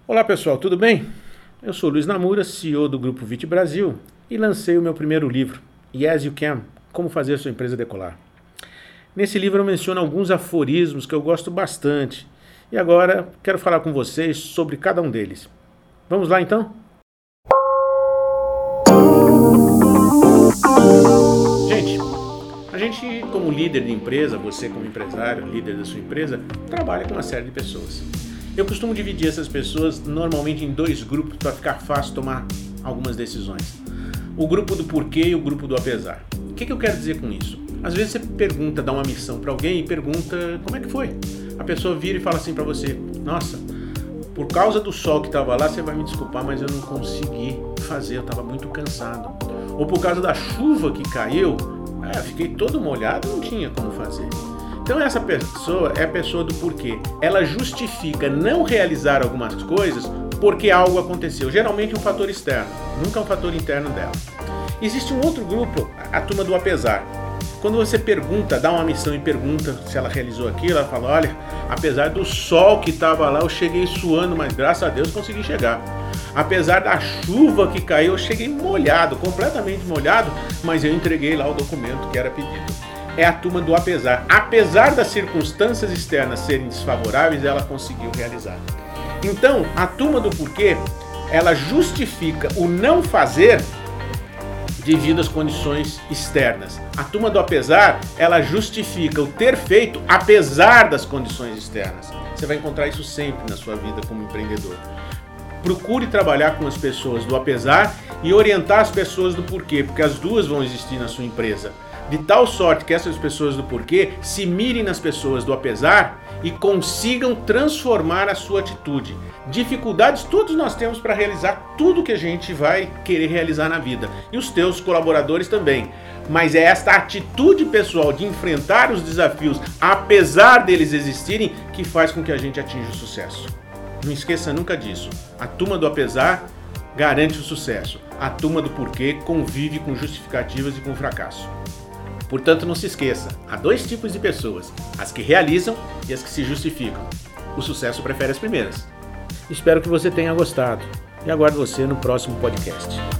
Olá pessoal, tudo bem? Eu sou Luiz Namura, CEO do Grupo VIT Brasil e lancei o meu primeiro livro, Yes You Can, Como Fazer a Sua Empresa Decolar. Nesse livro eu menciono alguns aforismos que eu gosto bastante e agora quero falar com vocês sobre cada um deles. Vamos lá então? A gente como líder de empresa, você como empresário, líder da sua empresa, trabalha com uma série de pessoas. Eu costumo dividir essas pessoas normalmente em dois grupos para ficar fácil tomar algumas decisões. O grupo do porquê e o grupo do apesar. O que eu quero dizer com isso? Às vezes você pergunta, dá uma missão para alguém e pergunta como é que foi. A pessoa vira e fala assim para você: nossa, por causa do sol que estava lá, você vai me desculpar, mas eu não consegui fazer, eu estava muito cansado. Ou por causa da chuva que caiu, fiquei todo molhado, não tinha como fazer. Então essa pessoa é a pessoa do porquê. Ela justifica não realizar algumas coisas porque algo aconteceu. Geralmente um fator externo, nunca um fator interno dela. Existe um outro grupo, a turma do apesar. Quando você pergunta, dá uma missão e pergunta se ela realizou aquilo, ela fala: olha, apesar do sol que estava lá, eu cheguei suando, mas graças a Deus consegui chegar. Apesar da chuva que caiu, eu cheguei molhado, completamente molhado, mas eu entreguei lá o documento que era pedido. É a turma do apesar. Apesar das circunstâncias externas serem desfavoráveis, ela conseguiu realizar. Então, a turma do porquê, ela justifica o não fazer devido às condições externas. A turma do apesar, ela justifica o ter feito apesar das condições externas. Você vai encontrar isso sempre na sua vida como empreendedor. Procure trabalhar com as pessoas do apesar e orientar as pessoas do porquê, porque as duas vão existir na sua empresa. De tal sorte que essas pessoas do porquê se mirem nas pessoas do apesar e consigam transformar a sua atitude. Dificuldades todos nós temos para realizar tudo que a gente vai querer realizar na vida. E os teus colaboradores também. Mas é esta atitude pessoal de enfrentar os desafios, apesar deles existirem, que faz com que a gente atinja o sucesso. Não esqueça nunca disso. A turma do apesar garante o sucesso. A turma do porquê convive com justificativas e com fracasso. Portanto, não se esqueça, há dois tipos de pessoas, as que realizam e as que se justificam. O sucesso prefere as primeiras. Espero que você tenha gostado e aguardo você no próximo podcast.